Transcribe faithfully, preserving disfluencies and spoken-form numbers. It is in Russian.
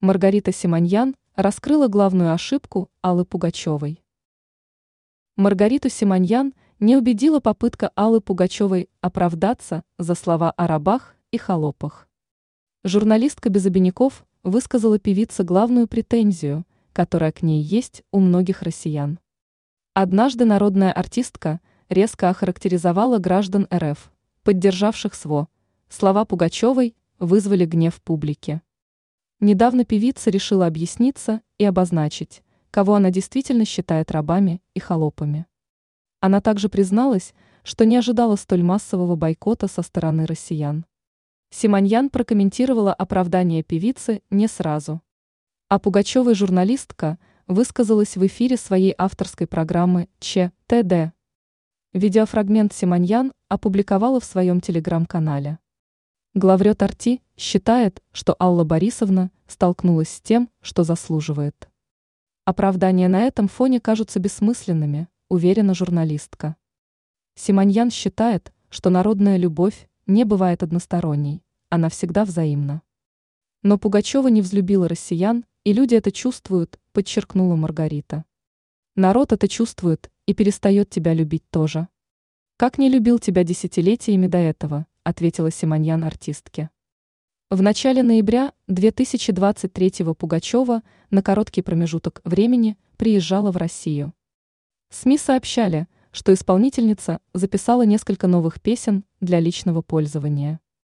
Маргарита Симоньян раскрыла главную ошибку Аллы Пугачевой. Маргариту Симоньян не убедила попытка Аллы Пугачевой оправдаться за слова о рабах и холопах. Журналистка без обиняков высказала певице главную претензию, которая к ней есть у многих россиян. Однажды народная артистка резко охарактеризовала граждан эр эф, поддержавших СВО. Слова Пугачевой вызвали гнев публики. Недавно певица решила объясниться и обозначить, кого она действительно считает рабами и холопами. Она также призналась, что не ожидала столь массового бойкота со стороны россиян. Симоньян прокомментировала оправдание певицы не сразу. А Пугачевой журналистка высказалась в эфире своей авторской программы Ч Т Д. Видеофрагмент Симоньян опубликовала в своем телеграм-канале. Главред Арти считает, что Алла Борисовна столкнулась с тем, что заслуживает. Оправдания на этом фоне кажутся бессмысленными, уверена журналистка. Симоньян считает, что народная любовь не бывает односторонней, она всегда взаимна. Но Пугачева не взлюбила россиян, и люди это чувствуют, подчеркнула Маргарита. Народ это чувствует и перестает тебя любить тоже. Как не любил тебя десятилетиями до этого, ответила Симоньян артистке. В начале ноября две тысячи двадцать третьего Пугачева на короткий промежуток времени приезжала в Россию. СМИ сообщали, что исполнительница записала несколько новых песен для личного пользования.